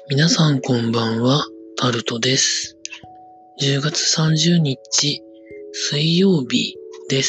皆さんこんばんは、タルトです。10月30日、水曜日です。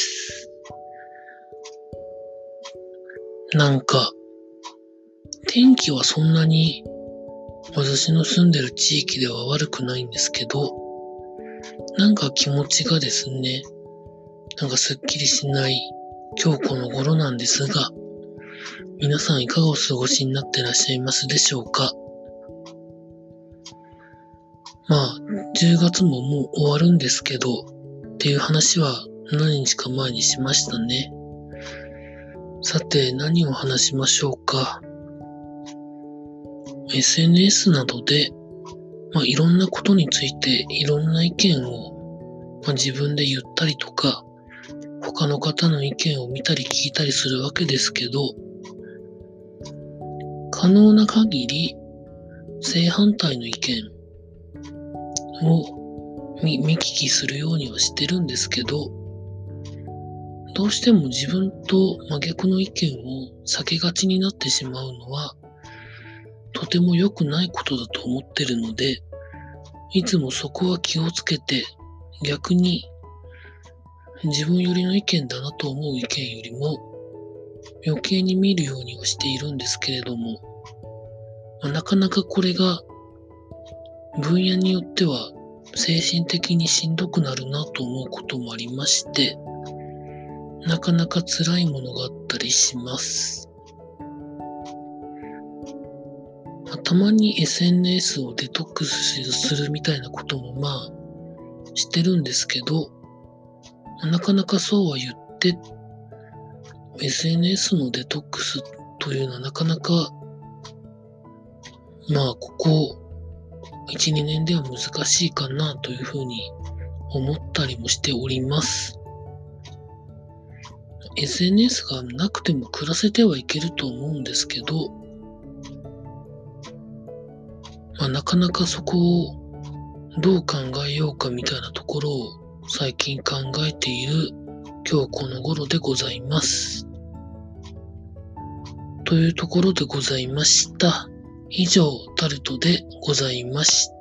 なんか、天気はそんなに私の住んでる地域では悪くないんですけど、なんか気持ちがですね、なんかすっきりしない今日この頃なんですが、皆さんいかがお過ごしになってらっしゃいますでしょうか。10月ももう終わるんですけど、っていう話は何日か前にしましたね。さて、何を話しましょうか。SNS などで、いろんなことについていろんな意見を、自分で言ったりとか、他の方の意見を見たり聞いたりするわけですけど、可能な限り正反対の意見を見聞きするようにはしてるんですけど、どうしても自分と真逆の意見を避けがちになってしまうのは、とても良くないことだと思ってるので、いつもそこは気をつけて、逆に自分よりの意見だなと思う意見よりも余計に見るようにはしているんですけれども、なかなかこれが分野によっては精神的にしんどくなるなと思うこともありまして、なかなか辛いものがあったりします。たまに SNS をデトックスするみたいなこともしてるんですけど、なかなかそうは言って SNS のデトックスというのはなかなかここ 1,2 年では難しいかなというふうに思ったりもしております。SNS がなくても暮らせてはいけると思うんですけど、なかなかそこをどう考えようかみたいなところを最近考えている今日この頃でございます。というところでございました。以上、タルトでございました。